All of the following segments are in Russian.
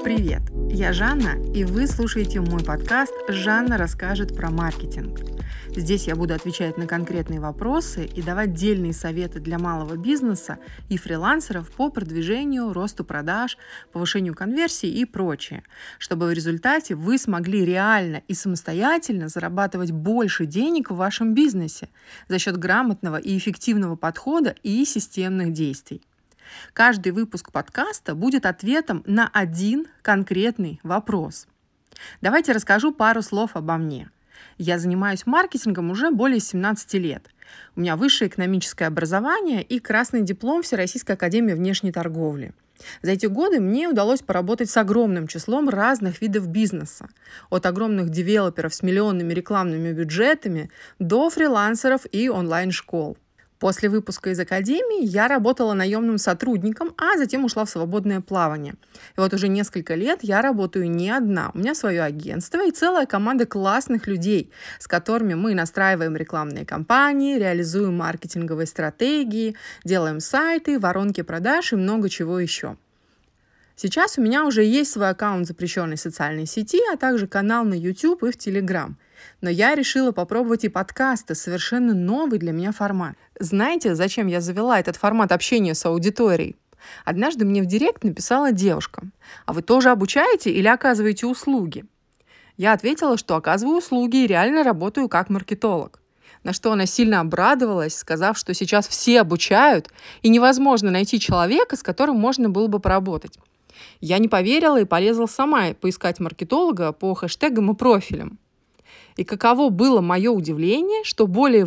Привет, я Жанна, и вы слушаете мой подкаст «Жанна расскажет про маркетинг». Здесь я буду отвечать на конкретные вопросы и давать дельные советы для малого бизнеса и фрилансеров по продвижению, росту продаж, повышению конверсии и прочее, чтобы в результате вы смогли реально и самостоятельно зарабатывать больше денег в вашем бизнесе за счет грамотного и эффективного подхода и системных действий. Каждый выпуск подкаста будет ответом на один конкретный вопрос. Давайте расскажу пару слов обо мне. Я занимаюсь маркетингом уже более 17 лет. У меня высшее экономическое образование и красный диплом Всероссийской академии внешней торговли. За эти годы мне удалось поработать с огромным числом разных видов бизнеса. От огромных девелоперов с миллионными рекламными бюджетами до фрилансеров и онлайн-школ. После выпуска из академии я работала наемным сотрудником, а затем ушла в свободное плавание. И вот уже несколько лет я работаю не одна. У меня свое агентство и целая команда классных людей, с которыми мы настраиваем рекламные кампании, реализуем маркетинговые стратегии, делаем сайты, воронки продаж и много чего еще. Сейчас у меня уже есть свой аккаунт в запрещенной социальной сети, а также канал на YouTube и в Telegram. Но я решила попробовать и подкасты, совершенно новый для меня формат. Знаете, зачем я завела этот формат общения с аудиторией? Однажды мне в директ написала девушка: «А вы тоже обучаете или оказываете услуги?» Я ответила, что оказываю услуги и реально работаю как маркетолог. На что она сильно обрадовалась, сказав, что сейчас все обучают, и невозможно найти человека, с которым можно было бы поработать. Я не поверила и полезла сама поискать маркетолога по хэштегам и профилям. И каково было мое удивление, что более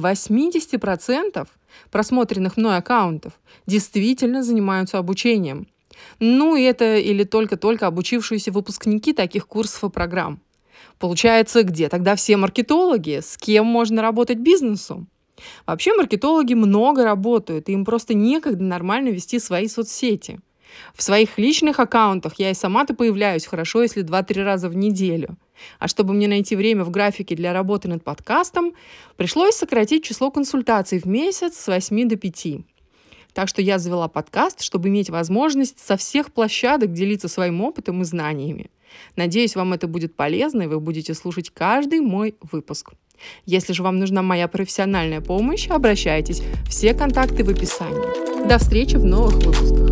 80% просмотренных мной аккаунтов действительно занимаются обучением. Ну, и это или только-только обучившиеся выпускники таких курсов и программ. Получается, где тогда все маркетологи? С кем можно работать бизнесу? Вообще маркетологи много работают, и им просто некогда нормально вести свои соцсети. В своих личных аккаунтах я и сама-то появляюсь, хорошо, если 2-3 раза в неделю. А чтобы мне найти время в графике для работы над подкастом, пришлось сократить число консультаций в месяц с 8 до 5. Так что я завела подкаст, чтобы иметь возможность со всех площадок делиться своим опытом и знаниями. Надеюсь, вам это будет полезно, и вы будете слушать каждый мой выпуск. Если же вам нужна моя профессиональная помощь, обращайтесь. Все контакты в описании. До встречи в новых выпусках.